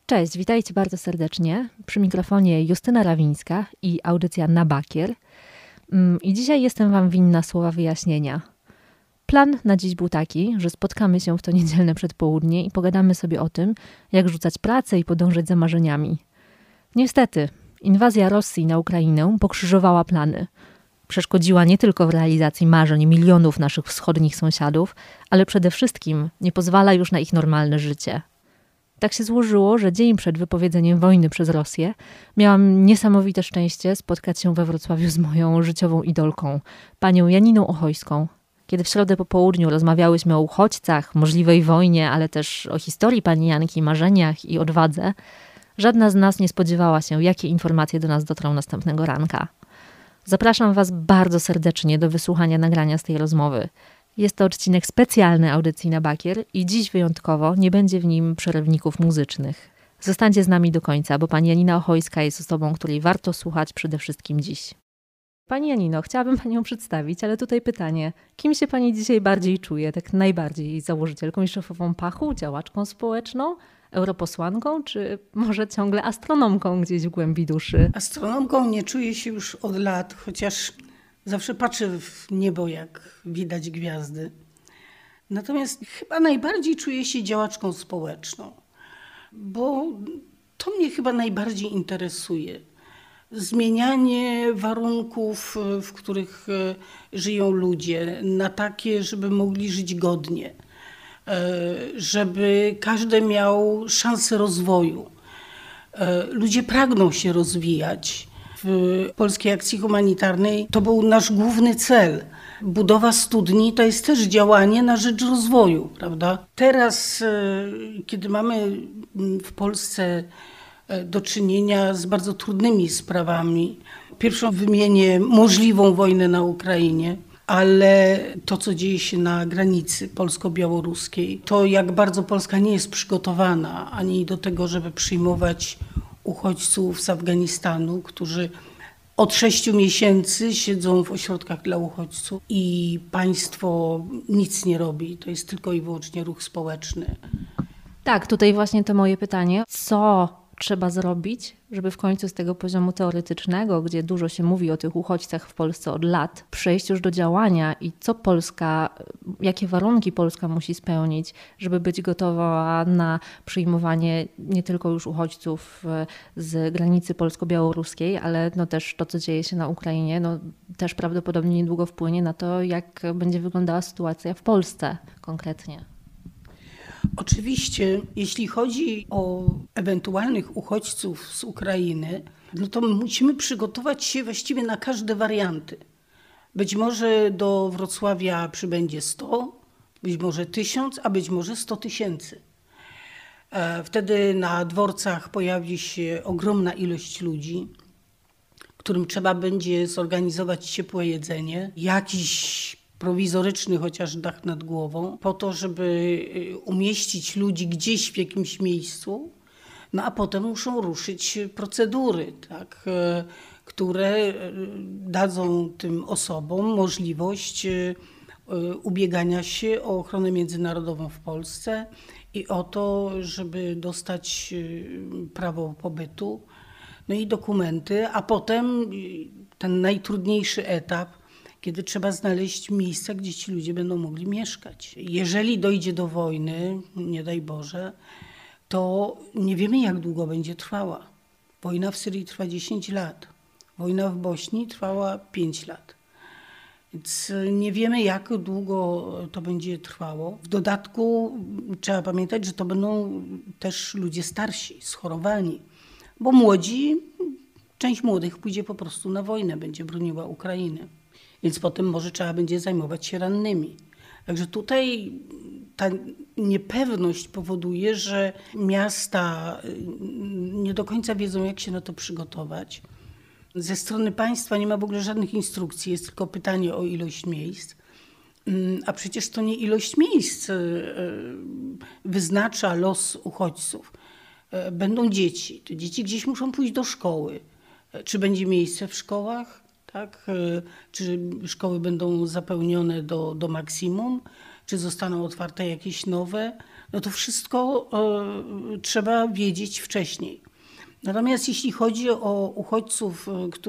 Cześć, witajcie bardzo serdecznie. Przy mikrofonie Justyna Rawińska i audycja Na Bakier. I dzisiaj jestem Wam winna słowa wyjaśnienia. Plan na dziś był taki, że spotkamy się w to niedzielne przedpołudnie i pogadamy sobie o tym, jak rzucać pracę i podążać za marzeniami. Niestety, inwazja Rosji na Ukrainę pokrzyżowała plany. Przeszkodziła nie tylko w realizacji marzeń milionów naszych wschodnich sąsiadów, ale przede wszystkim nie pozwala już na ich normalne życie. Tak się złożyło, że dzień przed wypowiedzeniem wojny przez Rosję miałam niesamowite szczęście spotkać się we Wrocławiu z moją życiową idolką, panią Janiną Ochojską. Kiedy w środę po południu rozmawiałyśmy o uchodźcach, możliwej wojnie, ale też o historii pani Janki, marzeniach i odwadze, żadna z nas nie spodziewała się, jakie informacje do nas dotrą następnego ranka. Zapraszam Was bardzo serdecznie do wysłuchania nagrania z tej rozmowy. Jest to odcinek specjalny audycji Na Bakier i dziś wyjątkowo nie będzie w nim przerywników muzycznych. Zostańcie z nami do końca, bo pani Janina Ochojska jest osobą, której warto słuchać przede wszystkim dziś. Pani Janino, chciałabym Panią przedstawić, ale tutaj pytanie. Kim się Pani dzisiaj bardziej czuje? Tak najbardziej założycielką i szefową Pachu, działaczką społeczną, europosłanką, czy może ciągle astronomką gdzieś w głębi duszy? Astronomką nie czuję się już od lat, chociaż zawsze patrzę w niebo, jak widać gwiazdy. Natomiast chyba najbardziej czuję się działaczką społeczną, bo to mnie chyba najbardziej interesuje. Zmienianie warunków, w których żyją ludzie, na takie, żeby mogli żyć godnie, żeby każdy miał szansę rozwoju. Ludzie pragną się rozwijać. W Polskiej Akcji Humanitarnej to był nasz główny cel. Budowa studni to jest też działanie na rzecz rozwoju, prawda? Teraz, kiedy mamy w Polsce do czynienia z bardzo trudnymi sprawami, pierwszą wymienię możliwą wojnę na Ukrainie, ale to, co dzieje się na granicy polsko-białoruskiej, to jak bardzo Polska nie jest przygotowana ani do tego, żeby przyjmować uchodźców z Afganistanu, którzy od 6 miesięcy siedzą w ośrodkach dla uchodźców i państwo nic nie robi. To jest tylko i wyłącznie ruch społeczny. Tak, tutaj właśnie to moje pytanie. Co trzeba zrobić, żeby w końcu z tego poziomu teoretycznego, gdzie dużo się mówi o tych uchodźcach w Polsce od lat, przejść już do działania i co Polska, jakie warunki Polska musi spełnić, żeby być gotowa na przyjmowanie nie tylko już uchodźców z granicy polsko-białoruskiej, ale no też to, co dzieje się na Ukrainie, no też prawdopodobnie niedługo wpłynie na to, jak będzie wyglądała sytuacja w Polsce konkretnie. Oczywiście, jeśli chodzi o ewentualnych uchodźców z Ukrainy, no to musimy przygotować się właściwie na każde warianty. Być może do Wrocławia przybędzie 100, być może 1000, a być może 100 000. Wtedy na dworcach pojawi się ogromna ilość ludzi, którym trzeba będzie zorganizować ciepłe jedzenie, jakiś prowizoryczny chociaż dach nad głową, po to, żeby umieścić ludzi gdzieś w jakimś miejscu, no a potem muszą ruszyć procedury, tak, które dadzą tym osobom możliwość ubiegania się o ochronę międzynarodową w Polsce i o to, żeby dostać prawo pobytu, no i dokumenty, a potem ten najtrudniejszy etap, kiedy trzeba znaleźć miejsca, gdzie ci ludzie będą mogli mieszkać. Jeżeli dojdzie do wojny, nie daj Boże, to nie wiemy, jak długo będzie trwała. Wojna w Syrii trwa 10 lat. Wojna w Bośni trwała 5 lat. Więc nie wiemy, jak długo to będzie trwało. W dodatku trzeba pamiętać, że to będą też ludzie starsi, schorowani, bo część młodych pójdzie po prostu na wojnę, będzie broniła Ukrainy. Więc potem może trzeba będzie zajmować się rannymi. Także tutaj ta niepewność powoduje, że miasta nie do końca wiedzą, jak się na to przygotować. Ze strony państwa nie ma w ogóle żadnych instrukcji, jest tylko pytanie o ilość miejsc. A przecież to nie ilość miejsc wyznacza los uchodźców. Będą dzieci. Te dzieci gdzieś muszą pójść do szkoły. Czy będzie miejsce w szkołach? Tak? Czy szkoły będą zapełnione do maksimum? czy zostaną otwarte jakieś nowe. No to wszystko trzeba wiedzieć wcześniej. Natomiast jeśli chodzi o uchodźców,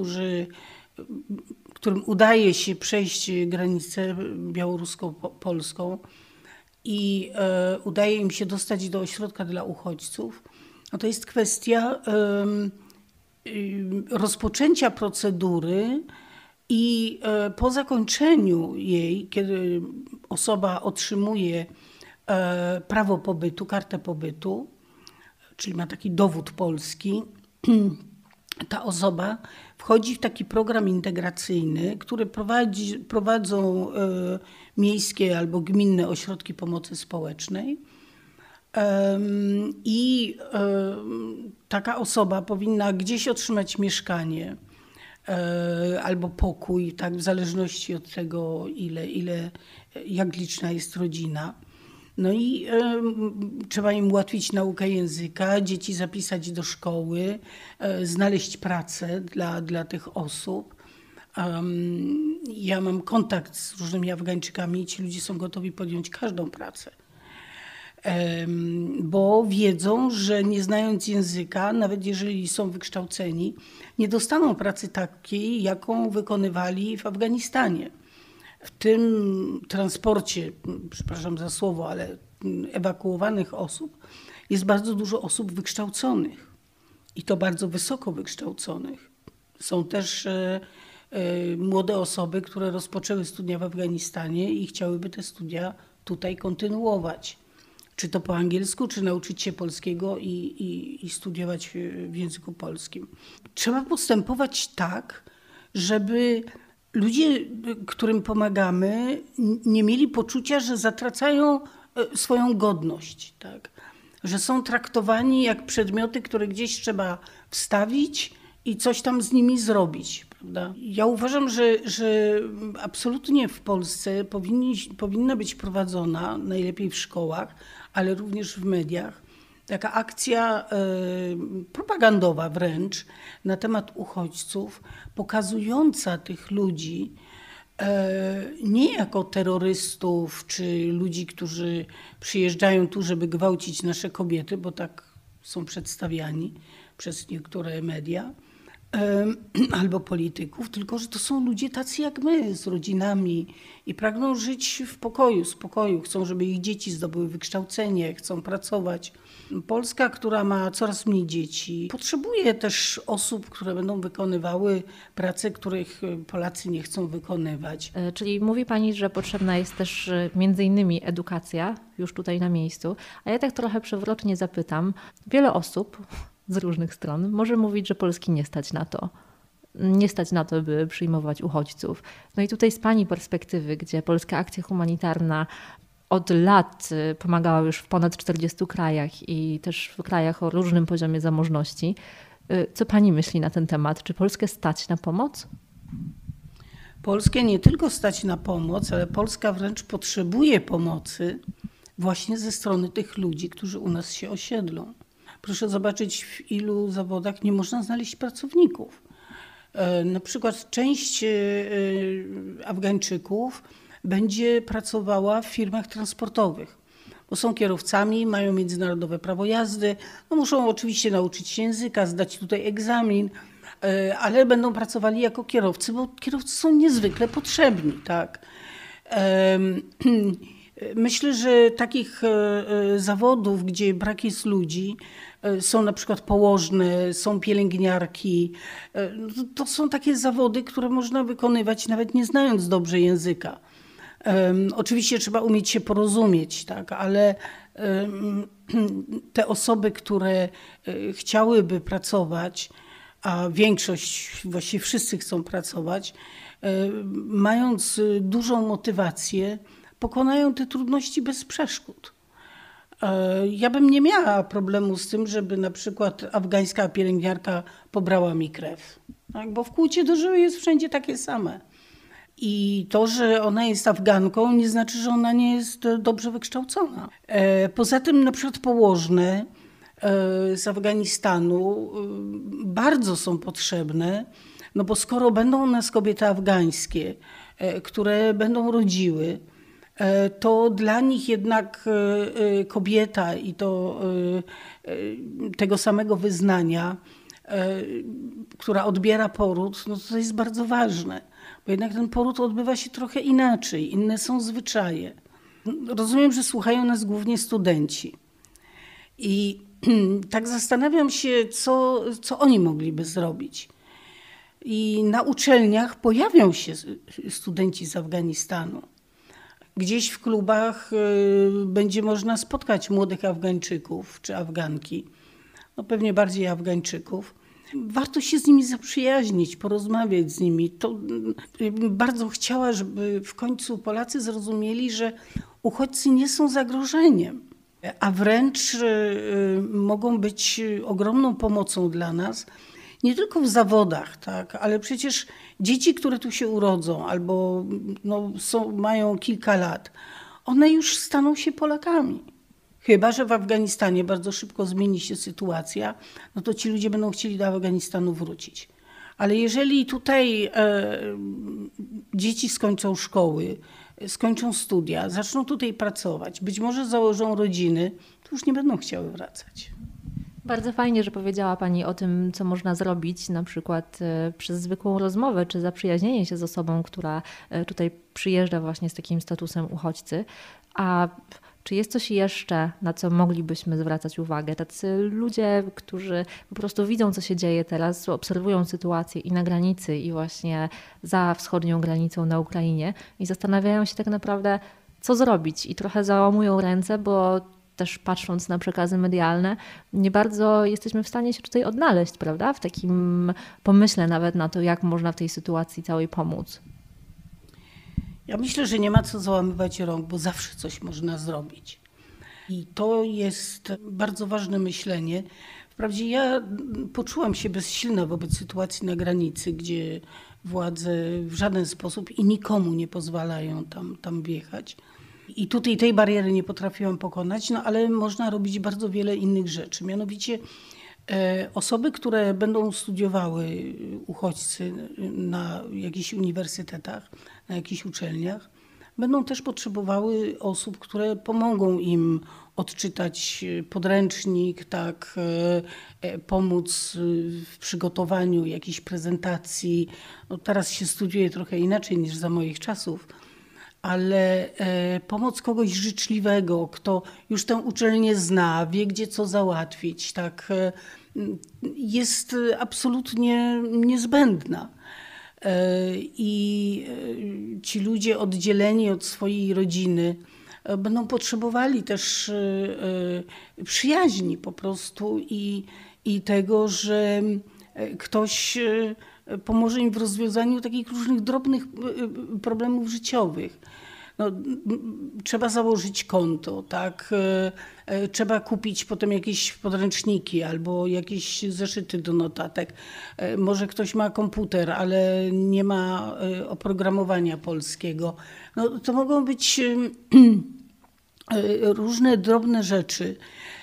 którym udaje się przejść granicę białorusko-polską i udaje im się dostać do ośrodka dla uchodźców, no to jest kwestia rozpoczęcia procedury i po zakończeniu jej, kiedy osoba otrzymuje prawo pobytu, kartę pobytu, czyli ma taki dowód polski, ta osoba wchodzi w taki program integracyjny, który prowadzą miejskie albo gminne ośrodki pomocy społecznej. I taka osoba powinna gdzieś otrzymać mieszkanie albo pokój, tak, w zależności od tego, jak liczna jest rodzina. No i trzeba im ułatwić naukę języka, dzieci zapisać do szkoły, znaleźć pracę dla tych osób. Ja mam kontakt z różnymi Afgańczykami i ci ludzie są gotowi podjąć każdą pracę. Bo wiedzą, że nie znając języka, nawet jeżeli są wykształceni, nie dostaną pracy takiej, jaką wykonywali w Afganistanie. W tym transporcie, przepraszam za słowo, ale ewakuowanych osób jest bardzo dużo osób wykształconych i to bardzo wysoko wykształconych. Są też młode osoby, które rozpoczęły studia w Afganistanie i chciałyby te studia tutaj kontynuować. Czy to po angielsku, czy nauczyć się polskiego i studiować w języku polskim. Trzeba postępować tak, żeby ludzie, którym pomagamy, nie mieli poczucia, że zatracają swoją godność, tak? Że są traktowani jak przedmioty, które gdzieś trzeba wstawić i coś tam z nimi zrobić. Prawda? Ja uważam, że absolutnie w Polsce powinna być prowadzona, najlepiej w szkołach, ale również w mediach, taka akcja propagandowa wręcz na temat uchodźców, pokazująca tych ludzi nie jako terrorystów czy ludzi, którzy przyjeżdżają tu, żeby gwałcić nasze kobiety, bo tak są przedstawiani przez niektóre media, albo polityków, tylko że to są ludzie tacy jak my, z rodzinami i pragną żyć w spokoju. Chcą, żeby ich dzieci zdobyły wykształcenie, chcą pracować. Polska, która ma coraz mniej dzieci, potrzebuje też osób, które będą wykonywały prace, których Polacy nie chcą wykonywać. Czyli mówi Pani, że potrzebna jest też między innymi edukacja już tutaj na miejscu, a ja tak trochę przewrotnie zapytam. Wiele osób z różnych stron może mówić, że Polski nie stać na to. Nie stać na to, by przyjmować uchodźców. No i tutaj z Pani perspektywy, gdzie Polska Akcja Humanitarna od lat pomagała już w ponad 40 krajach i też w krajach o różnym poziomie zamożności. Co Pani myśli na ten temat? Czy Polskę stać na pomoc? Polskę nie tylko stać na pomoc, ale Polska wręcz potrzebuje pomocy właśnie ze strony tych ludzi, którzy u nas się osiedlą. Proszę zobaczyć, w ilu zawodach nie można znaleźć pracowników. Na przykład część Afgańczyków będzie pracowała w firmach transportowych, bo są kierowcami, mają międzynarodowe prawo jazdy, no muszą oczywiście nauczyć się języka, zdać tutaj egzamin, ale będą pracowali jako kierowcy, bo kierowcy są niezwykle potrzebni, tak. Myślę, że takich zawodów, gdzie brak jest ludzi, są na przykład położne, są pielęgniarki. To są takie zawody, które można wykonywać nawet nie znając dobrze języka. Oczywiście trzeba umieć się porozumieć, tak, ale te osoby, które chciałyby pracować, a większość, właściwie wszyscy chcą pracować, mając dużą motywację, pokonają te trudności bez przeszkód. Ja bym nie miała problemu z tym, żeby na przykład afgańska pielęgniarka pobrała mi krew, tak? Bo w kłucie do żyły jest wszędzie takie same. I to, że ona jest Afganką, nie znaczy, że ona nie jest dobrze wykształcona. Poza tym na przykład położne z Afganistanu bardzo są potrzebne, no bo skoro będą u nas kobiety afgańskie, które będą rodziły, to dla nich jednak kobieta i to tego samego wyznania, która odbiera poród, no to jest bardzo ważne, bo jednak ten poród odbywa się trochę inaczej, inne są zwyczaje. Rozumiem, że słuchają nas głównie studenci i tak zastanawiam się, co oni mogliby zrobić. I na uczelniach pojawią się studenci z Afganistanu. Gdzieś w klubach będzie można spotkać młodych Afgańczyków czy Afganki, no pewnie bardziej Afgańczyków. Warto się z nimi zaprzyjaźnić, porozmawiać z nimi. To bym bardzo chciała, żeby w końcu Polacy zrozumieli, że uchodźcy nie są zagrożeniem, a wręcz mogą być ogromną pomocą dla nas. Nie tylko w zawodach, tak, ale przecież dzieci, które tu się urodzą albo mają kilka lat, one już staną się Polakami. Chyba że w Afganistanie bardzo szybko zmieni się sytuacja, no to ci ludzie będą chcieli do Afganistanu wrócić. Ale jeżeli tutaj dzieci skończą szkoły, skończą studia, zaczną tutaj pracować, być może założą rodziny, to już nie będą chciały wracać. Bardzo fajnie, że powiedziała Pani o tym, co można zrobić, na przykład przez zwykłą rozmowę, czy zaprzyjaźnienie się z osobą, która tutaj przyjeżdża właśnie z takim statusem uchodźcy. A czy jest coś jeszcze, na co moglibyśmy zwracać uwagę? Tacy ludzie, którzy po prostu widzą, co się dzieje teraz, obserwują sytuację i na granicy, i właśnie za wschodnią granicą na Ukrainie i zastanawiają się tak naprawdę, co zrobić, i trochę załamują ręce, bo też patrząc na przekazy medialne, nie bardzo jesteśmy w stanie się tutaj odnaleźć, prawda? W takim pomyśle nawet na to, jak można w tej sytuacji całej pomóc. Ja myślę, że nie ma co załamywać rąk, bo zawsze coś można zrobić. I to jest bardzo ważne myślenie. Wprawdzie ja poczułam się bezsilna wobec sytuacji na granicy, gdzie władze w żaden sposób i nikomu nie pozwalają tam wjechać. I tutaj tej bariery nie potrafiłam pokonać, no ale można robić bardzo wiele innych rzeczy. Mianowicie osoby, które będą studiowały, uchodźcy na jakichś uniwersytetach, na jakichś uczelniach, będą też potrzebowały osób, które pomogą im odczytać podręcznik, tak, pomóc w przygotowaniu jakiejś prezentacji. No teraz się studiuje trochę inaczej niż za moich czasów, ale pomoc kogoś życzliwego, kto już tę uczelnię zna, wie gdzie co załatwić, tak, jest absolutnie niezbędna. I ci ludzie oddzieleni od swojej rodziny będą potrzebowali też przyjaźni po prostu i tego, że ktoś pomoże im w rozwiązaniu takich różnych drobnych problemów życiowych. No, trzeba założyć konto, tak? Trzeba kupić potem jakieś podręczniki albo jakieś zeszyty do notatek. Może ktoś ma komputer, ale nie ma oprogramowania polskiego. No, to mogą być różne drobne rzeczy,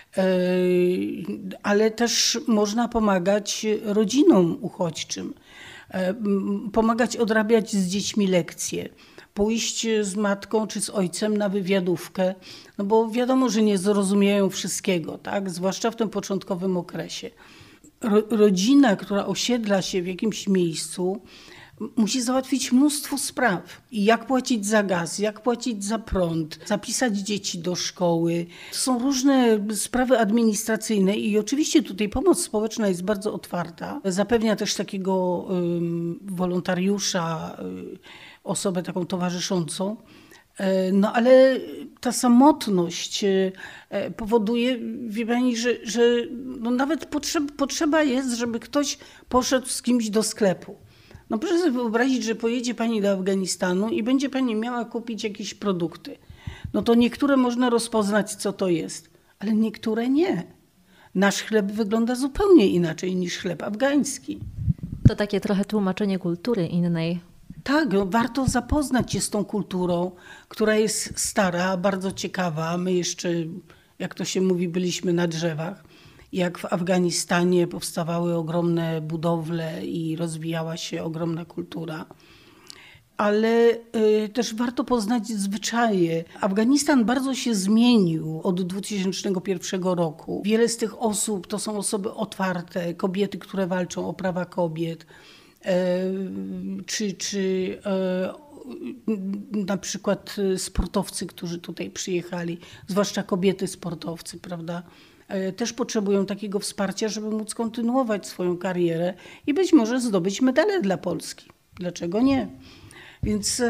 ale też można pomagać rodzinom uchodźczym, pomagać odrabiać z dziećmi lekcje, pójść z matką czy z ojcem na wywiadówkę, no bo wiadomo, że nie zrozumieją wszystkiego, tak? Zwłaszcza w tym początkowym okresie. Rodzina, która osiedla się w jakimś miejscu, musi załatwić mnóstwo spraw. I jak płacić za gaz, jak płacić za prąd, zapisać dzieci do szkoły. To są różne sprawy administracyjne i oczywiście tutaj pomoc społeczna jest bardzo otwarta. Zapewnia też takiego wolontariusza, osobę taką towarzyszącą. No ale ta samotność powoduje, wie pani, że no nawet potrzeba jest, żeby ktoś poszedł z kimś do sklepu. No proszę sobie wyobrazić, że pojedzie pani do Afganistanu i będzie pani miała kupić jakieś produkty. No to niektóre można rozpoznać, co to jest, ale niektóre nie. Nasz chleb wygląda zupełnie inaczej niż chleb afgański. To takie trochę tłumaczenie kultury innej. Tak, no, warto zapoznać się z tą kulturą, która jest stara, bardzo ciekawa. My jeszcze, jak to się mówi, byliśmy na drzewach. Jak w Afganistanie powstawały ogromne budowle i rozwijała się ogromna kultura. ale też warto poznać zwyczaje. Afganistan bardzo się zmienił od 2001 roku. Wiele z tych osób to są osoby otwarte, kobiety, które walczą o prawa kobiet, czy na przykład sportowcy, którzy tutaj przyjechali, zwłaszcza kobiety sportowcy, prawda? Też potrzebują takiego wsparcia, żeby móc kontynuować swoją karierę i być może zdobyć medale dla Polski. Dlaczego nie? Więc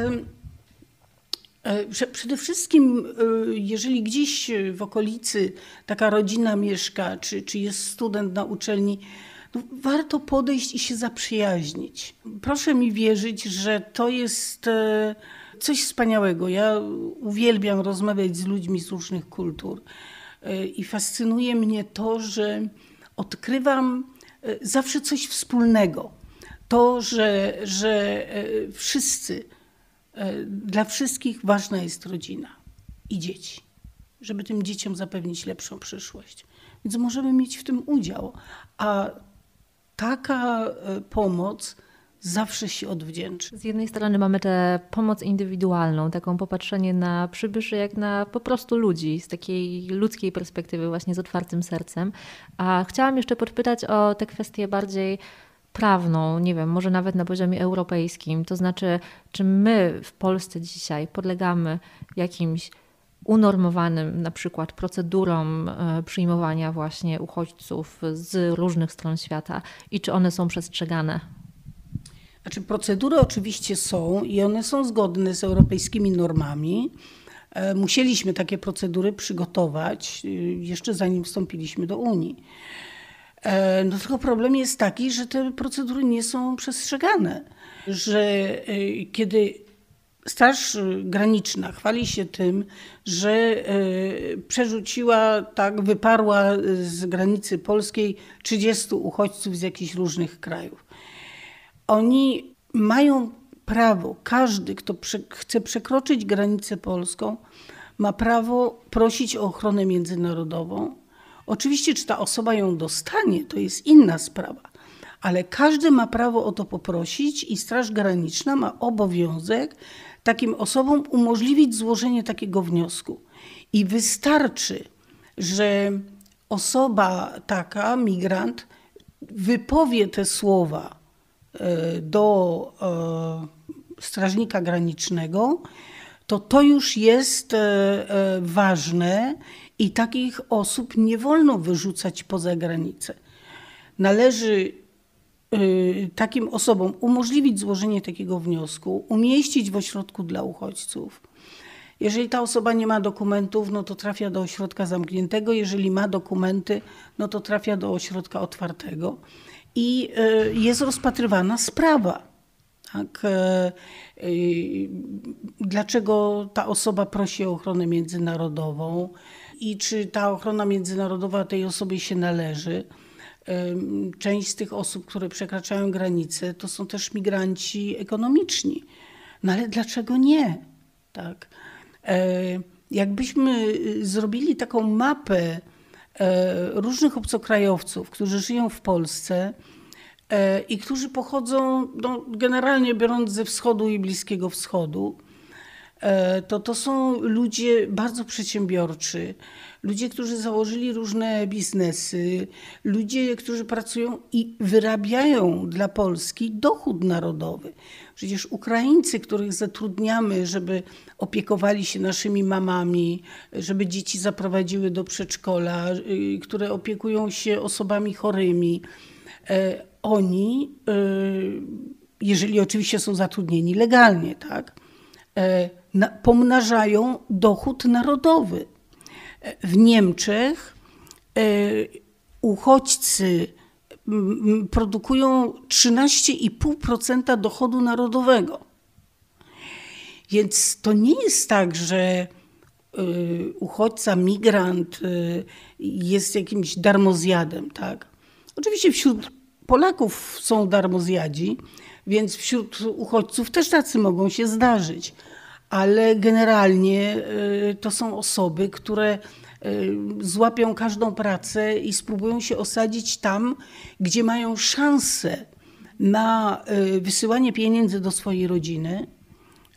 przede wszystkim, jeżeli gdzieś w okolicy taka rodzina mieszka, czy jest student na uczelni, no warto podejść i się zaprzyjaźnić. Proszę mi wierzyć, że to jest coś wspaniałego. Ja uwielbiam rozmawiać z ludźmi z różnych kultur i fascynuje mnie to, że odkrywam zawsze coś wspólnego. To, że wszyscy, dla wszystkich ważna jest rodzina i dzieci, żeby tym dzieciom zapewnić lepszą przyszłość. Więc możemy mieć w tym udział, a taka pomoc zawsze się odwdzięczy. Z jednej strony mamy tę pomoc indywidualną, taką popatrzenie na przybyszy jak na po prostu ludzi, z takiej ludzkiej perspektywy, właśnie z otwartym sercem. A chciałam jeszcze podpytać o tę kwestię bardziej prawną, nie wiem, może nawet na poziomie europejskim. To znaczy, czy my w Polsce dzisiaj podlegamy jakimś unormowanym na przykład procedurom przyjmowania właśnie uchodźców z różnych stron świata i czy one są przestrzegane? Znaczy, procedury oczywiście są i one są zgodne z europejskimi normami. Musieliśmy takie procedury przygotować jeszcze zanim wstąpiliśmy do Unii. No tylko problem jest taki, że te procedury nie są przestrzegane, że kiedy Straż Graniczna chwali się tym, że przerzuciła, tak, wyparła z granicy polskiej 30 uchodźców z jakichś różnych krajów. Oni mają prawo, każdy, kto chce przekroczyć granicę polską, ma prawo prosić o ochronę międzynarodową. Oczywiście, czy ta osoba ją dostanie, to jest inna sprawa, ale każdy ma prawo o to poprosić i Straż Graniczna ma obowiązek takim osobom umożliwić złożenie takiego wniosku. I wystarczy, że osoba taka, migrant, wypowie te słowa do strażnika granicznego, to już jest ważne i takich osób nie wolno wyrzucać poza granicę. Należy takim osobom umożliwić złożenie takiego wniosku, umieścić w ośrodku dla uchodźców. Jeżeli ta osoba nie ma dokumentów, no to trafia do ośrodka zamkniętego. Jeżeli ma dokumenty, no to trafia do ośrodka otwartego i jest rozpatrywana sprawa. Tak? Dlaczego ta osoba prosi o ochronę międzynarodową i czy ta ochrona międzynarodowa tej osobie się należy. Część z tych osób, które przekraczają granicę, to są też migranci ekonomiczni. No ale dlaczego nie? Tak. Jakbyśmy zrobili taką mapę różnych obcokrajowców, którzy żyją w Polsce i którzy pochodzą, no, generalnie biorąc, ze wschodu i Bliskiego Wschodu, to są ludzie bardzo przedsiębiorczy, ludzie, którzy założyli różne biznesy, ludzie, którzy pracują i wyrabiają dla Polski dochód narodowy. Przecież Ukraińcy, których zatrudniamy, żeby opiekowali się naszymi mamami, żeby dzieci zaprowadziły do przedszkola, które opiekują się osobami chorymi, oni, jeżeli oczywiście są zatrudnieni legalnie, tak, pomnażają dochód narodowy. W Niemczech uchodźcy produkują 13,5% dochodu narodowego. Więc to nie jest tak, że uchodźca, migrant jest jakimś darmozjadem. Tak? Oczywiście wśród Polaków są darmozjadzi, więc wśród uchodźców też tacy mogą się zdarzyć. Ale generalnie to są osoby, które złapią każdą pracę i spróbują się osadzić tam, gdzie mają szansę na wysyłanie pieniędzy do swojej rodziny,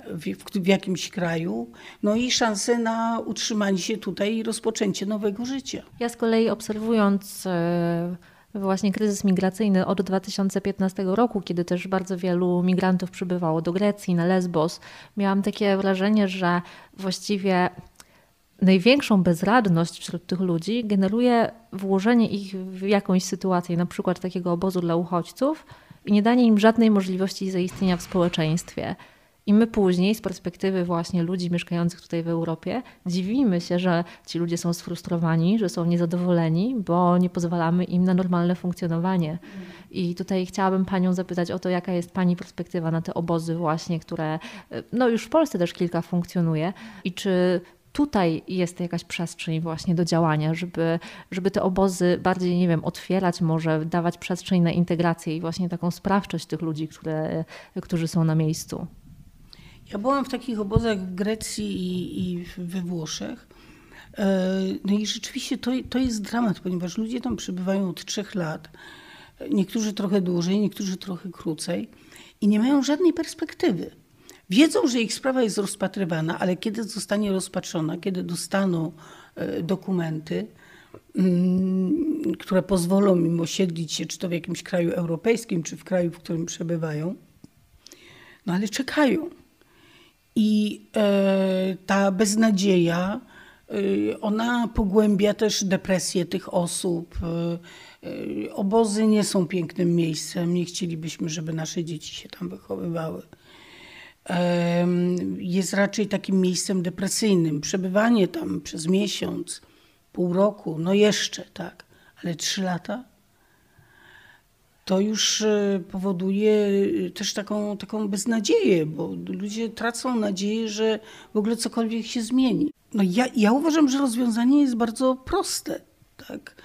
w jakimś kraju, no i szansę na utrzymanie się tutaj i rozpoczęcie nowego życia. Ja z kolei obserwując właśnie kryzys migracyjny od 2015 roku, kiedy też bardzo wielu migrantów przybywało do Grecji, na Lesbos, miałam takie wrażenie, że właściwie największą bezradność wśród tych ludzi generuje włożenie ich w jakąś sytuację, na przykład takiego obozu dla uchodźców i nie danie im żadnej możliwości zaistnienia w społeczeństwie. I my później z perspektywy właśnie ludzi mieszkających tutaj w Europie dziwimy się, że ci ludzie są sfrustrowani, że są niezadowoleni, bo nie pozwalamy im na normalne funkcjonowanie. I tutaj chciałabym Panią zapytać o to, jaka jest Pani perspektywa na te obozy właśnie, które no już w Polsce też kilka funkcjonuje i czy tutaj jest jakaś przestrzeń właśnie do działania, żeby te obozy bardziej, nie wiem, otwierać może, dawać przestrzeń na integrację i właśnie taką sprawczość tych ludzi, którzy są na miejscu. Ja byłam w takich obozach w Grecji i we Włoszech. No i rzeczywiście to jest dramat, ponieważ ludzie tam przebywają od 3 lat. Niektórzy trochę dłużej, niektórzy trochę krócej i nie mają żadnej perspektywy. Wiedzą, że ich sprawa jest rozpatrywana, ale kiedy zostanie rozpatrzona, kiedy dostaną dokumenty, które pozwolą im osiedlić się, czy to w jakimś kraju europejskim, czy w kraju, w którym przebywają, no ale czekają. I ta beznadzieja, ona pogłębia też depresję tych osób. Obozy nie są pięknym miejscem, nie chcielibyśmy, żeby nasze dzieci się tam wychowywały. Jest raczej takim miejscem depresyjnym. Przebywanie tam przez miesiąc, pół roku, no jeszcze tak, ale 3 lata, to już powoduje też taką beznadzieję, bo ludzie tracą nadzieję, że w ogóle cokolwiek się zmieni. No ja uważam, że rozwiązanie jest bardzo proste. Tak?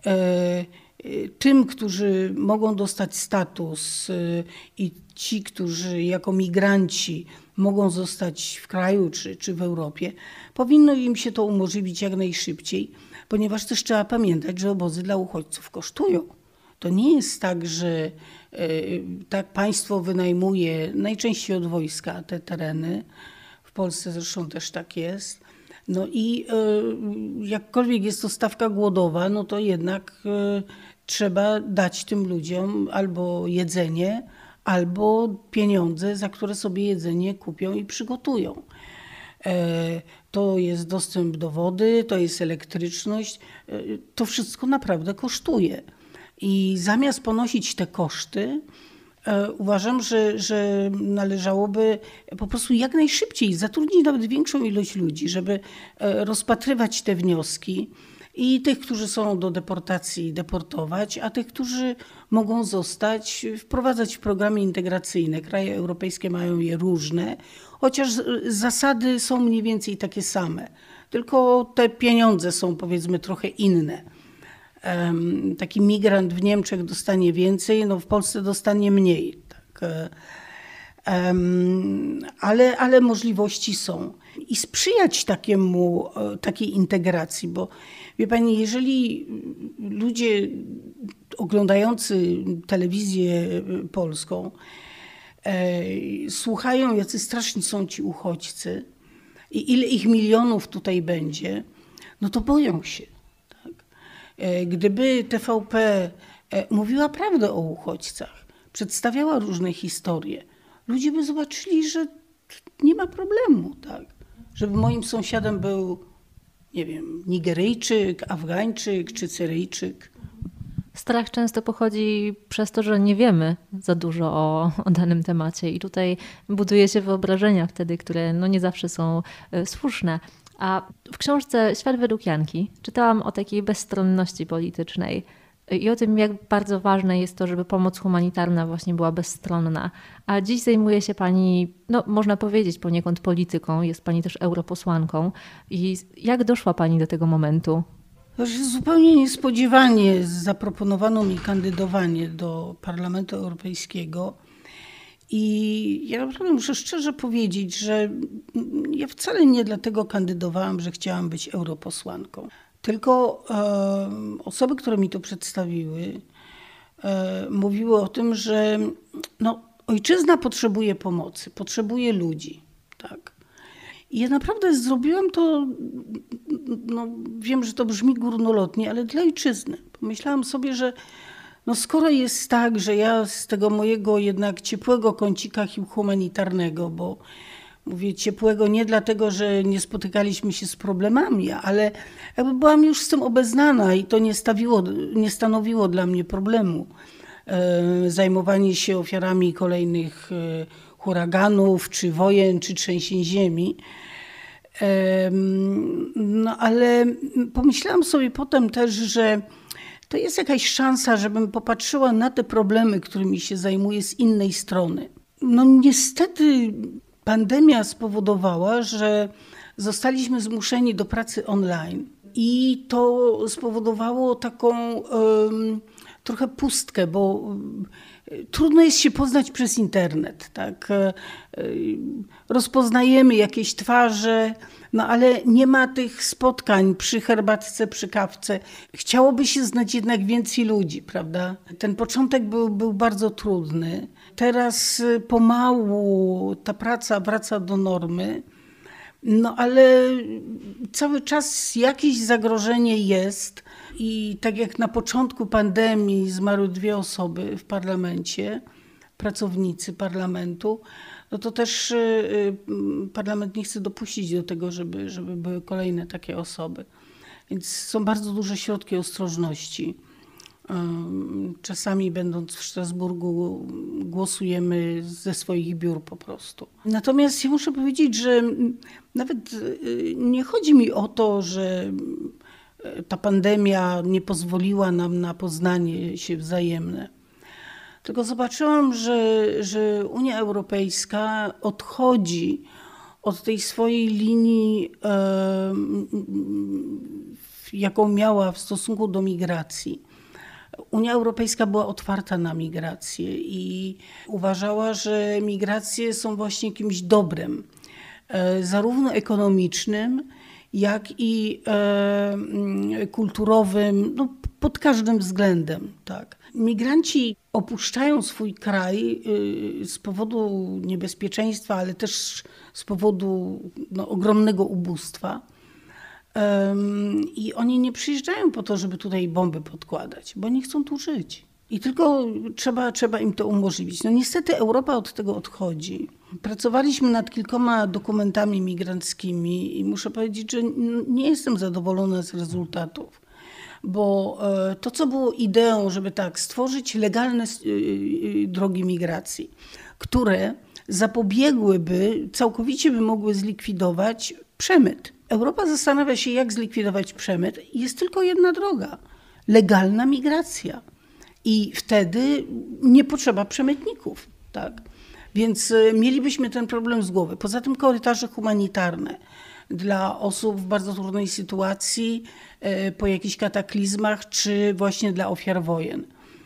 Tym, którzy mogą dostać status i ci, którzy jako migranci mogą zostać w kraju czy w Europie, powinno im się to umożliwić jak najszybciej, ponieważ też trzeba pamiętać, że obozy dla uchodźców kosztują. To nie jest tak, że tak państwo wynajmuje najczęściej od wojska te tereny. W Polsce zresztą też tak jest. No i jakkolwiek jest to stawka głodowa, no to jednak trzeba dać tym ludziom albo jedzenie, albo pieniądze, za które sobie jedzenie kupią i przygotują. To jest dostęp do wody, to jest elektryczność. To wszystko naprawdę kosztuje. I zamiast ponosić te koszty, uważam, że należałoby po prostu jak najszybciej zatrudnić nawet większą ilość ludzi, żeby rozpatrywać te wnioski i tych, którzy są do deportacji, deportować, a tych, którzy mogą zostać, wprowadzać w programy integracyjne. Kraje europejskie mają je różne, chociaż zasady są mniej więcej takie same, tylko te pieniądze są powiedzmy trochę inne. Taki migrant w Niemczech dostanie więcej, no w Polsce dostanie mniej. Tak. Ale możliwości są. I sprzyjać takiej integracji, bo wie Pani, jeżeli ludzie oglądający telewizję polską słuchają, jacy straszni są ci uchodźcy i ile ich milionów tutaj będzie, no to boją się. Gdyby TVP mówiła prawdę o uchodźcach, przedstawiała różne historie, ludzie by zobaczyli, że nie ma problemu, tak? Żeby moim sąsiadem był, nie wiem, Nigeryjczyk, Afgańczyk czy Syryjczyk. Strach często pochodzi przez to, że nie wiemy za dużo o danym temacie i tutaj buduje się wyobrażenia wtedy, które no nie zawsze są słuszne. A w książce Świat według Janki czytałam o takiej bezstronności politycznej i o tym, jak bardzo ważne jest to, żeby pomoc humanitarna właśnie była bezstronna. A dziś zajmuje się Pani, no można powiedzieć poniekąd polityką, jest Pani też europosłanką. I jak doszła Pani do tego momentu? Zupełnie niespodziewanie zaproponowano mi kandydowanie do Parlamentu Europejskiego. I ja naprawdę muszę szczerze powiedzieć, że ja wcale nie dlatego kandydowałam, że chciałam być europosłanką. Tylko osoby, które mi to przedstawiły, mówiły o tym, że no, ojczyzna potrzebuje pomocy, potrzebuje ludzi. tak. I ja naprawdę zrobiłam to, no wiem, że to brzmi górnolotnie, ale dla ojczyzny. Pomyślałam sobie, że no skoro jest tak, że ja z tego mojego jednak ciepłego kącika humanitarnego, bo mówię ciepłego nie dlatego, że nie spotykaliśmy się z problemami, ale jakby byłam już z tym obeznana i to nie stanowiło dla mnie problemu. Zajmowanie się ofiarami kolejnych huraganów, czy wojen, czy trzęsień ziemi. No ale pomyślałam sobie potem też, że to jest jakaś szansa, żebym popatrzyła na te problemy, którymi się zajmuję z innej strony. No niestety pandemia spowodowała, że zostaliśmy zmuszeni do pracy online i to spowodowało taką trochę pustkę, bo trudno jest się poznać przez internet, tak? Rozpoznajemy jakieś twarze, no ale nie ma tych spotkań przy herbatce, przy kawce. Chciałoby się znać jednak więcej ludzi, prawda? Ten początek był bardzo trudny. Teraz pomału ta praca wraca do normy, no ale cały czas jakieś zagrożenie jest. I tak jak na początku pandemii zmarły 2 osoby w parlamencie, pracownicy parlamentu, no to też parlament nie chce dopuścić do tego, żeby były kolejne takie osoby. Więc są bardzo duże środki ostrożności. Czasami będąc w Strasburgu głosujemy ze swoich biur po prostu. Natomiast ja muszę powiedzieć, że nawet nie chodzi mi o to, że ta pandemia nie pozwoliła nam na poznanie się wzajemne. Tylko zobaczyłam, że Unia Europejska odchodzi od tej swojej linii, jaką miała w stosunku do migracji. Unia Europejska była otwarta na migrację i uważała, że migracje są właśnie kimś dobrem, zarówno ekonomicznym, jak i kulturowym, no, pod każdym względem. Tak. Migranci opuszczają swój kraj z powodu niebezpieczeństwa, ale też z powodu ogromnego ubóstwa. I oni nie przyjeżdżają po to, żeby tutaj bomby podkładać, bo nie chcą tu żyć. I tylko trzeba im to umożliwić. No niestety Europa od tego odchodzi. Pracowaliśmy nad kilkoma dokumentami migranckimi i muszę powiedzieć, że nie jestem zadowolona z rezultatów. Bo to, co było ideą, żeby stworzyć legalne drogi migracji, które zapobiegłyby, całkowicie by mogły zlikwidować przemyt. Europa zastanawia się, jak zlikwidować przemyt. Jest tylko jedna droga. Legalna migracja. I wtedy nie potrzeba przemytników. Tak? Więc mielibyśmy ten problem z głowy. Poza tym korytarze humanitarne dla osób w bardzo trudnej sytuacji, po jakichś kataklizmach, czy właśnie dla ofiar wojen.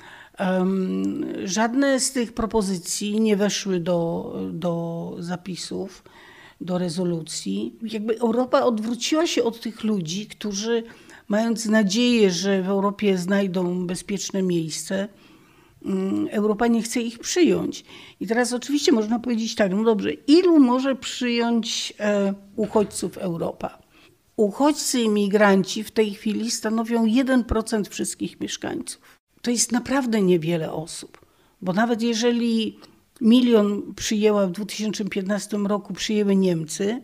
Żadne z tych propozycji nie weszły do zapisów, do rezolucji. Jakby Europa odwróciła się od tych ludzi, którzy mając nadzieję, że w Europie znajdą bezpieczne miejsce, Europa nie chce ich przyjąć. I teraz oczywiście można powiedzieć tak, no dobrze, ilu może przyjąć uchodźców Europa? Uchodźcy i migranci w tej chwili stanowią 1% wszystkich mieszkańców. To jest naprawdę niewiele osób, bo nawet jeżeli 1 milion przyjęła w 2015 roku, przyjęły Niemcy,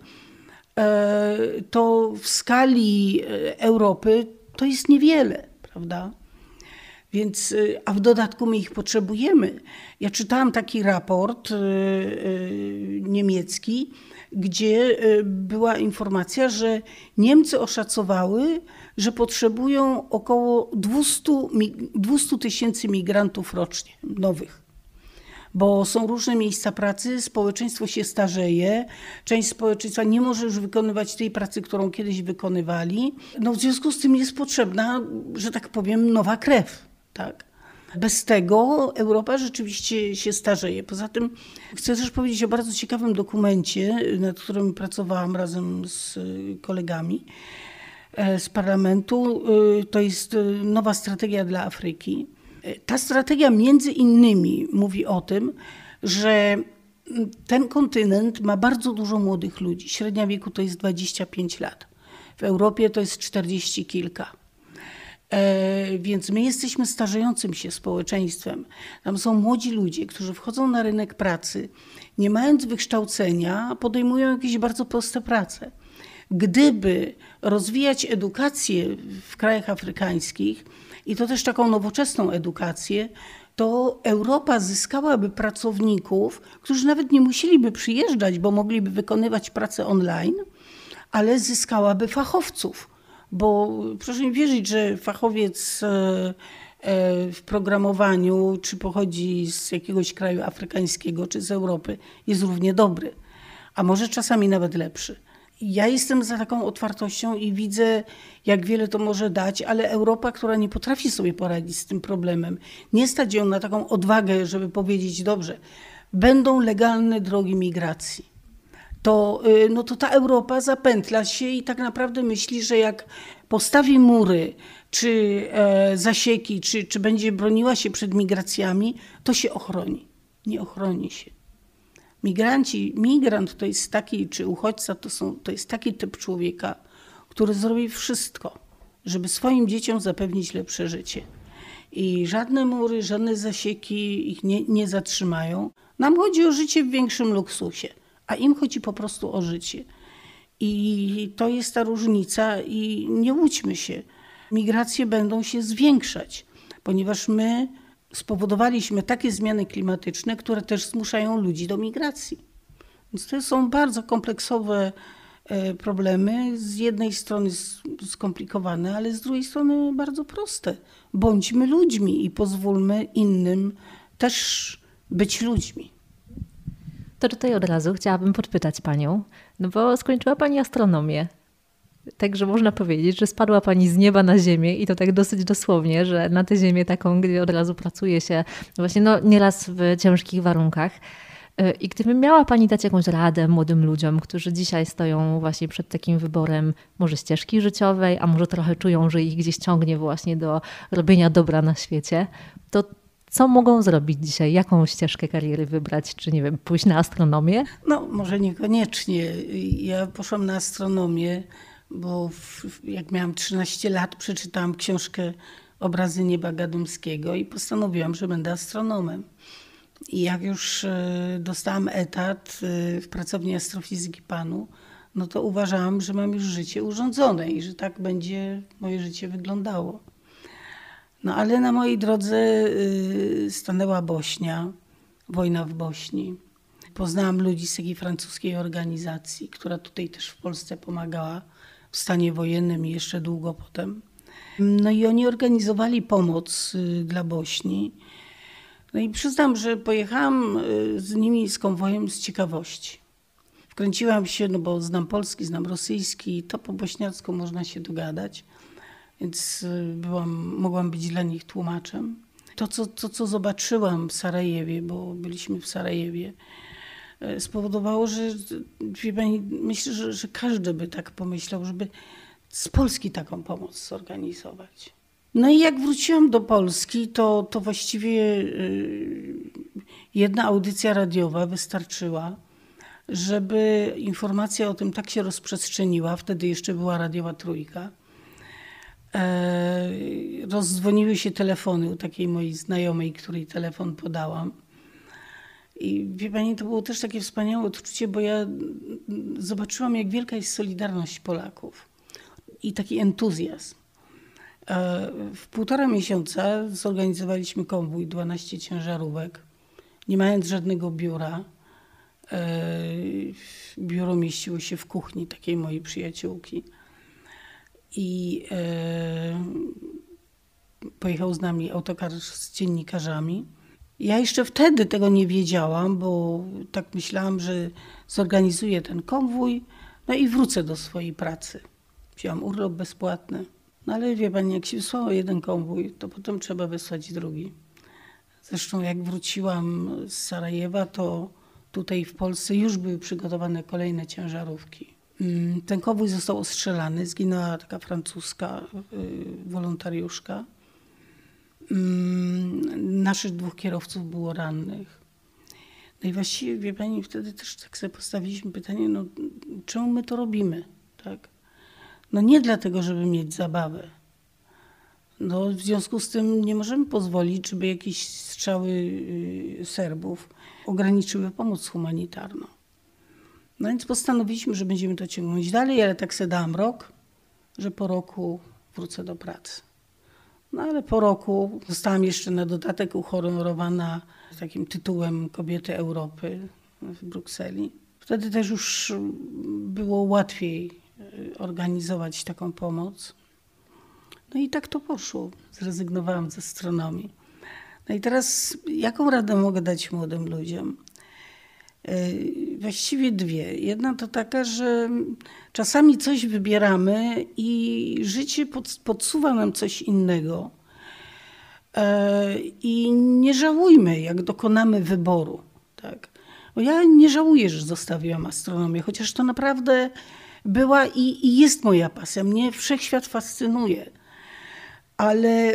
to w skali Europy to jest niewiele, prawda? Więc, a w dodatku my ich potrzebujemy. Ja czytałam taki raport niemiecki, gdzie była informacja, że Niemcy oszacowały, że potrzebują około 200 tysięcy migrantów rocznie, nowych. Bo są różne miejsca pracy, społeczeństwo się starzeje, część społeczeństwa nie może już wykonywać tej pracy, którą kiedyś wykonywali. No w związku z tym jest potrzebna, że tak powiem, nowa krew. Tak? Bez tego Europa rzeczywiście się starzeje. Poza tym chcę też powiedzieć o bardzo ciekawym dokumencie, nad którym pracowałam razem z kolegami z parlamentu. To jest nowa strategia dla Afryki. Ta strategia między innymi mówi o tym, że ten kontynent ma bardzo dużo młodych ludzi. Średnia wieku to jest 25 lat. W Europie to jest 40 kilka. Więc my jesteśmy starzejącym się społeczeństwem. Tam są młodzi ludzie, którzy wchodzą na rynek pracy, nie mając wykształcenia, podejmują jakieś bardzo proste prace. Gdyby rozwijać edukację w krajach afrykańskich, i to też taką nowoczesną edukację, to Europa zyskałaby pracowników, którzy nawet nie musieliby przyjeżdżać, bo mogliby wykonywać pracę online, ale zyskałaby fachowców. Bo proszę mi wierzyć, że fachowiec w programowaniu, czy pochodzi z jakiegoś kraju afrykańskiego, czy z Europy, jest równie dobry, a może czasami nawet lepszy. Ja jestem za taką otwartością i widzę, jak wiele to może dać, ale Europa, która nie potrafi sobie poradzić z tym problemem, nie stać ją na taką odwagę, żeby powiedzieć, dobrze, będą legalne drogi migracji. To ta Europa zapętla się i tak naprawdę myśli, że jak postawi mury, czy zasieki, czy będzie broniła się przed migracjami, to się ochroni. Nie ochroni się. Migrant to jest taki, czy uchodźca to jest taki typ człowieka, który zrobi wszystko, żeby swoim dzieciom zapewnić lepsze życie. I żadne mury, żadne zasieki ich nie zatrzymają. Nam chodzi o życie w większym luksusie, a im chodzi po prostu o życie. I to jest ta różnica i nie łudźmy się. Migracje będą się zwiększać, ponieważ my spowodowaliśmy takie zmiany klimatyczne, które też zmuszają ludzi do migracji. Więc to są bardzo kompleksowe problemy, z jednej strony skomplikowane, ale z drugiej strony bardzo proste. Bądźmy ludźmi i pozwólmy innym też być ludźmi. To tutaj od razu chciałabym podpytać panią, no bo skończyła pani astronomię. Także można powiedzieć, że spadła pani z nieba na ziemię i to tak dosyć dosłownie, że na tę ziemię taką, gdzie od razu pracuje się właśnie nieraz w ciężkich warunkach. I gdyby miała pani dać jakąś radę młodym ludziom, którzy dzisiaj stoją właśnie przed takim wyborem może ścieżki życiowej, a może trochę czują, że ich gdzieś ciągnie właśnie do robienia dobra na świecie, to co mogą zrobić dzisiaj? Jaką ścieżkę kariery wybrać? Czy nie wiem, pójść na astronomię? No może niekoniecznie. Ja poszłam na astronomię, bo jak miałam 13 lat, przeczytałam książkę Obrazy nieba Gadomskiego i postanowiłam, że będę astronomem. I jak już dostałam etat w pracowni astrofizyki PAN-u, no to uważałam, że mam już życie urządzone i że tak będzie moje życie wyglądało. No ale na mojej drodze stanęła Bośnia, wojna w Bośni. Poznałam ludzi z takiej francuskiej organizacji, która tutaj też w Polsce pomagała w stanie wojennym i jeszcze długo potem. No i oni organizowali pomoc dla Bośni. No i przyznam, że pojechałam z nimi, z konwojem z ciekawości. Wkręciłam się, no bo znam polski, znam rosyjski, to po bośniacku można się dogadać, więc mogłam być dla nich tłumaczem. To, co zobaczyłam w Sarajewie, bo byliśmy w Sarajewie, spowodowało, że wie pani, myślę, że każdy by tak pomyślał, żeby z Polski taką pomoc zorganizować. No i jak wróciłam do Polski, to właściwie jedna audycja radiowa wystarczyła, żeby informacja o tym tak się rozprzestrzeniła. Wtedy jeszcze była radiowa Trójka. Rozdzwoniły się telefony u takiej mojej znajomej, której telefon podałam. I wie pani, to było też takie wspaniałe odczucie, bo ja zobaczyłam, jak wielka jest solidarność Polaków i taki entuzjazm. W 1,5 miesiąca zorganizowaliśmy konwój, 12 ciężarówek, nie mając żadnego biura. Biuro mieściło się w kuchni takiej mojej przyjaciółki. I pojechał z nami autokar z dziennikarzami. Ja jeszcze wtedy tego nie wiedziałam, bo tak myślałam, że zorganizuję ten konwój, no i wrócę do swojej pracy. Wziąłam urlop bezpłatny. No ale wie pani, jak się wysłało jeden konwój, to potem trzeba wysłać drugi. Zresztą jak wróciłam z Sarajewa, to tutaj w Polsce już były przygotowane kolejne ciężarówki. Ten konwój został ostrzelany, zginęła taka francuska wolontariuszka. Naszych 2 kierowców było rannych. No i właściwie, wie pani, wtedy też tak sobie postawiliśmy pytanie, no czemu my to robimy, tak? No nie dlatego, żeby mieć zabawę. No w związku z tym nie możemy pozwolić, żeby jakieś strzały Serbów ograniczyły pomoc humanitarną. No więc postanowiliśmy, że będziemy to ciągnąć dalej, ale tak sobie dałam rok, że po roku wrócę do pracy. No ale po roku zostałam jeszcze na dodatek uhonorowana takim tytułem Kobiety Europy w Brukseli. Wtedy też już było łatwiej organizować taką pomoc. No i tak to poszło. Zrezygnowałam z astronomii. No i teraz jaką radę mogę dać młodym ludziom? Właściwie dwie. Jedna to taka, że czasami coś wybieramy i życie podsuwa nam coś innego. I nie żałujmy, jak dokonamy wyboru. Tak? Bo ja nie żałuję, że zostawiłam astronomię, chociaż to naprawdę była i jest moja pasja. Mnie wszechświat fascynuje. Ale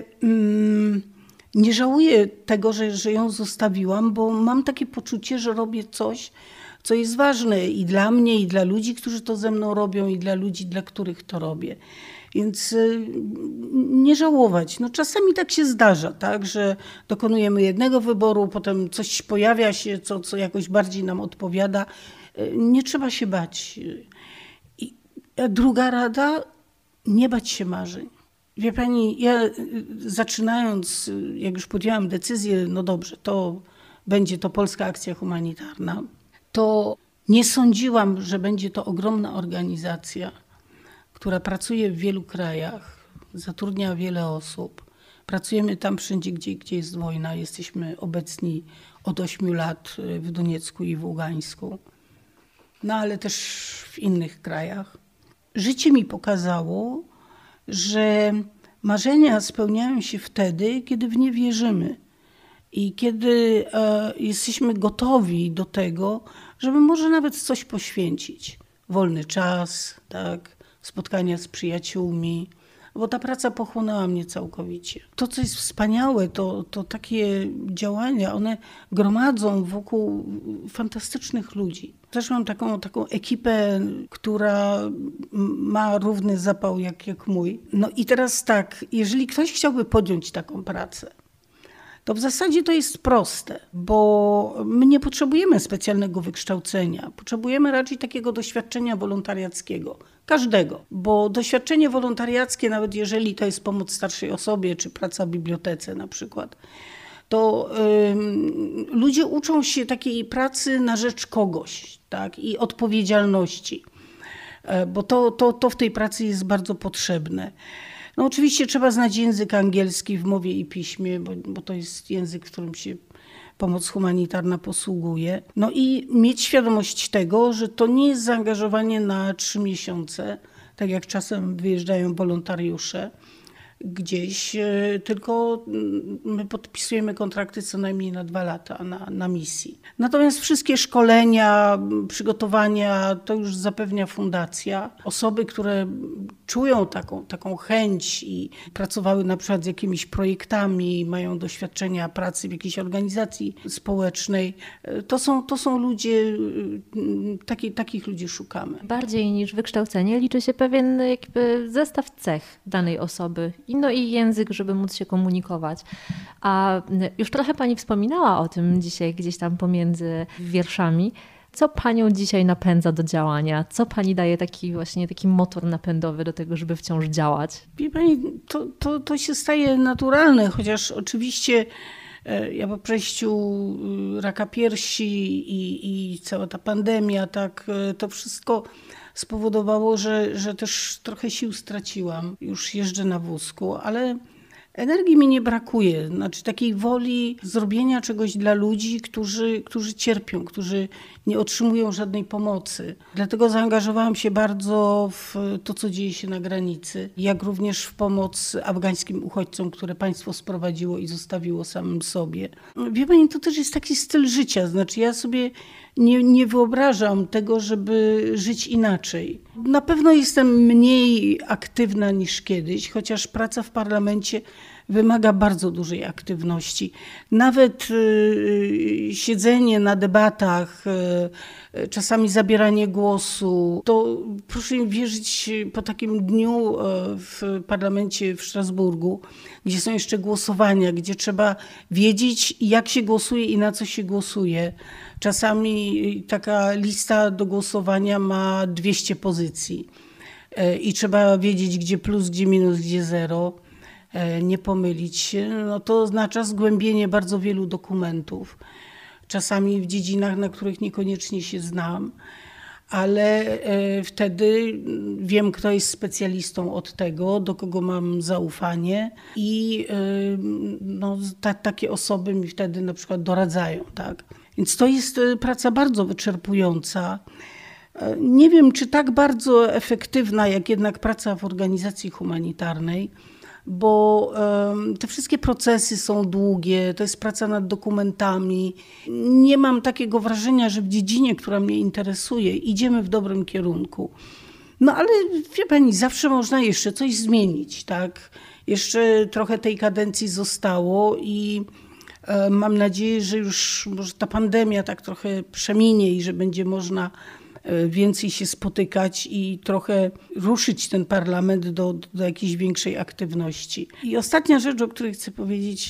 nie żałuję tego, że ją zostawiłam, bo mam takie poczucie, że robię coś, co jest ważne i dla mnie, i dla ludzi, którzy to ze mną robią, i dla ludzi, dla których to robię. Więc nie żałować. No, czasami tak się zdarza, tak, że dokonujemy jednego wyboru, potem coś pojawia się, co jakoś bardziej nam odpowiada. Nie trzeba się bać. A druga rada, nie bać się marzeń. Wie pani, ja zaczynając, jak już podjęłam decyzję, no dobrze, to będzie to Polska Akcja Humanitarna, to nie sądziłam, że będzie to ogromna organizacja, która pracuje w wielu krajach, zatrudnia wiele osób. Pracujemy tam wszędzie, gdzie jest wojna. Jesteśmy obecni od 8 lat w Doniecku i w Ługańsku, no ale też w innych krajach. Życie mi pokazało, że marzenia spełniają się wtedy, kiedy w nie wierzymy i kiedy jesteśmy gotowi do tego, żeby może nawet coś poświęcić. Wolny czas, tak, spotkania z przyjaciółmi, bo ta praca pochłonęła mnie całkowicie. To, co jest wspaniałe, to takie działania, one gromadzą wokół fantastycznych ludzi. Też mam taką ekipę, która ma równy zapał jak mój. No i teraz tak, jeżeli ktoś chciałby podjąć taką pracę, to w zasadzie to jest proste, bo my nie potrzebujemy specjalnego wykształcenia. Potrzebujemy raczej takiego doświadczenia wolontariackiego. Każdego, bo doświadczenie wolontariackie, nawet jeżeli to jest pomoc starszej osobie, czy praca w bibliotece na przykład, to ludzie uczą się takiej pracy na rzecz kogoś, tak, i odpowiedzialności, bo to w tej pracy jest bardzo potrzebne. No oczywiście trzeba znać język angielski w mowie i piśmie, bo to jest język, którym się pomoc humanitarna posługuje. No i mieć świadomość tego, że to nie jest zaangażowanie na 3 miesiące, tak jak czasem wyjeżdżają wolontariusze gdzieś, tylko my podpisujemy kontrakty co najmniej na 2 lata na misji. Natomiast wszystkie szkolenia, przygotowania to już zapewnia fundacja. Osoby, które czują taką chęć i pracowały na przykład z jakimiś projektami, mają doświadczenia pracy w jakiejś organizacji społecznej, to są ludzie, takich ludzi szukamy. Bardziej niż wykształcenie liczy się pewien jakby zestaw cech danej osoby. No i język, żeby móc się komunikować. A już trochę pani wspominała o tym dzisiaj gdzieś tam pomiędzy wierszami. Co panią dzisiaj napędza do działania? Co pani daje taki motor napędowy do tego, żeby wciąż działać? Wie pani, to się staje naturalne, chociaż oczywiście ja po przejściu raka piersi i cała ta pandemia, tak, to wszystko spowodowało, że też trochę sił straciłam. Już jeżdżę na wózku, ale energii mi nie brakuje. Znaczy takiej woli zrobienia czegoś dla ludzi, którzy cierpią, którzy nie otrzymują żadnej pomocy. Dlatego zaangażowałam się bardzo w to, co dzieje się na granicy, jak również w pomoc afgańskim uchodźcom, które państwo sprowadziło i zostawiło samym sobie. Wie pani, to też jest taki styl życia. Znaczy ja sobie nie wyobrażam tego, żeby żyć inaczej. Na pewno jestem mniej aktywna niż kiedyś, chociaż praca w parlamencie wymaga bardzo dużej aktywności. Nawet siedzenie na debatach, czasami zabieranie głosu, to proszę mi wierzyć, po takim dniu w parlamencie w Strasburgu, gdzie są jeszcze głosowania, gdzie trzeba wiedzieć, jak się głosuje i na co się głosuje. Czasami taka lista do głosowania ma 200 pozycji i trzeba wiedzieć, gdzie plus, gdzie minus, gdzie zero, nie pomylić się. No to oznacza zgłębienie bardzo wielu dokumentów, czasami w dziedzinach, na których niekoniecznie się znam, ale wtedy wiem, kto jest specjalistą od tego, do kogo mam zaufanie i takie osoby mi wtedy na przykład doradzają. Tak? Więc to jest praca bardzo wyczerpująca. Nie wiem, czy tak bardzo efektywna, jak jednak praca w organizacji humanitarnej, bo te wszystkie procesy są długie, to jest praca nad dokumentami. Nie mam takiego wrażenia, że w dziedzinie, która mnie interesuje, idziemy w dobrym kierunku. No ale wie pani, zawsze można jeszcze coś zmienić, tak? Jeszcze trochę tej kadencji zostało i mam nadzieję, że już może ta pandemia tak trochę przeminie i że będzie można więcej się spotykać i trochę ruszyć ten parlament do jakiejś większej aktywności. I ostatnia rzecz, o której chcę powiedzieć,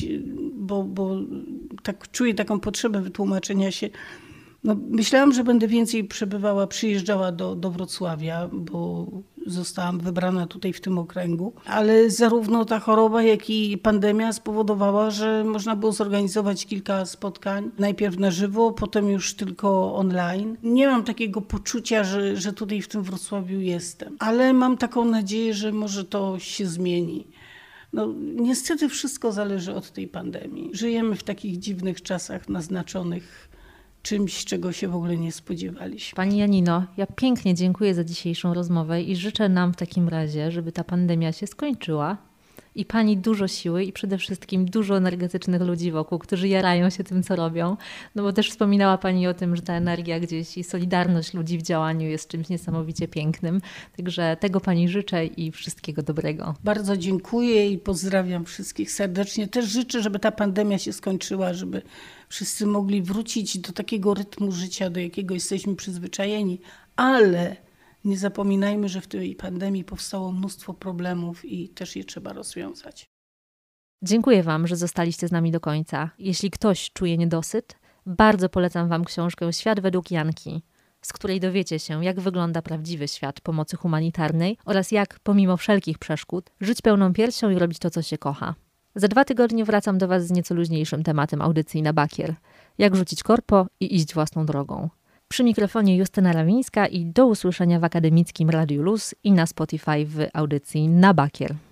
bo tak czuję taką potrzebę wytłumaczenia się. No, myślałam, że będę więcej przyjeżdżała do Wrocławia, bo zostałam wybrana tutaj w tym okręgu, ale zarówno ta choroba, jak i pandemia spowodowała, że można było zorganizować kilka spotkań, najpierw na żywo, potem już tylko online. Nie mam takiego poczucia, że tutaj w tym Wrocławiu jestem, ale mam taką nadzieję, że może to się zmieni. No, niestety wszystko zależy od tej pandemii. Żyjemy w takich dziwnych czasach naznaczonych czymś, czego się w ogóle nie spodziewaliśmy. Pani Janino, ja pięknie dziękuję za dzisiejszą rozmowę i życzę nam w takim razie, żeby ta pandemia się skończyła i pani dużo siły i przede wszystkim dużo energetycznych ludzi wokół, którzy jarają się tym, co robią. No bo też wspominała pani o tym, że ta energia gdzieś i solidarność ludzi w działaniu jest czymś niesamowicie pięknym. Także tego pani życzę i wszystkiego dobrego. Bardzo dziękuję i pozdrawiam wszystkich serdecznie. Też życzę, żeby ta pandemia się skończyła, żeby wszyscy mogli wrócić do takiego rytmu życia, do jakiego jesteśmy przyzwyczajeni, ale nie zapominajmy, że w tej pandemii powstało mnóstwo problemów i też je trzeba rozwiązać. Dziękuję Wam, że zostaliście z nami do końca. Jeśli ktoś czuje niedosyt, bardzo polecam Wam książkę Świat według Janki, z której dowiecie się, jak wygląda prawdziwy świat pomocy humanitarnej oraz jak, pomimo wszelkich przeszkód, żyć pełną piersią i robić to, co się kocha. Za 2 tygodnie wracam do Was z nieco luźniejszym tematem audycji na bakier. Jak rzucić korpo i iść własną drogą. Przy mikrofonie Justyna Rawińska i do usłyszenia w akademickim Radiu Luz i na Spotify w audycji na bakier.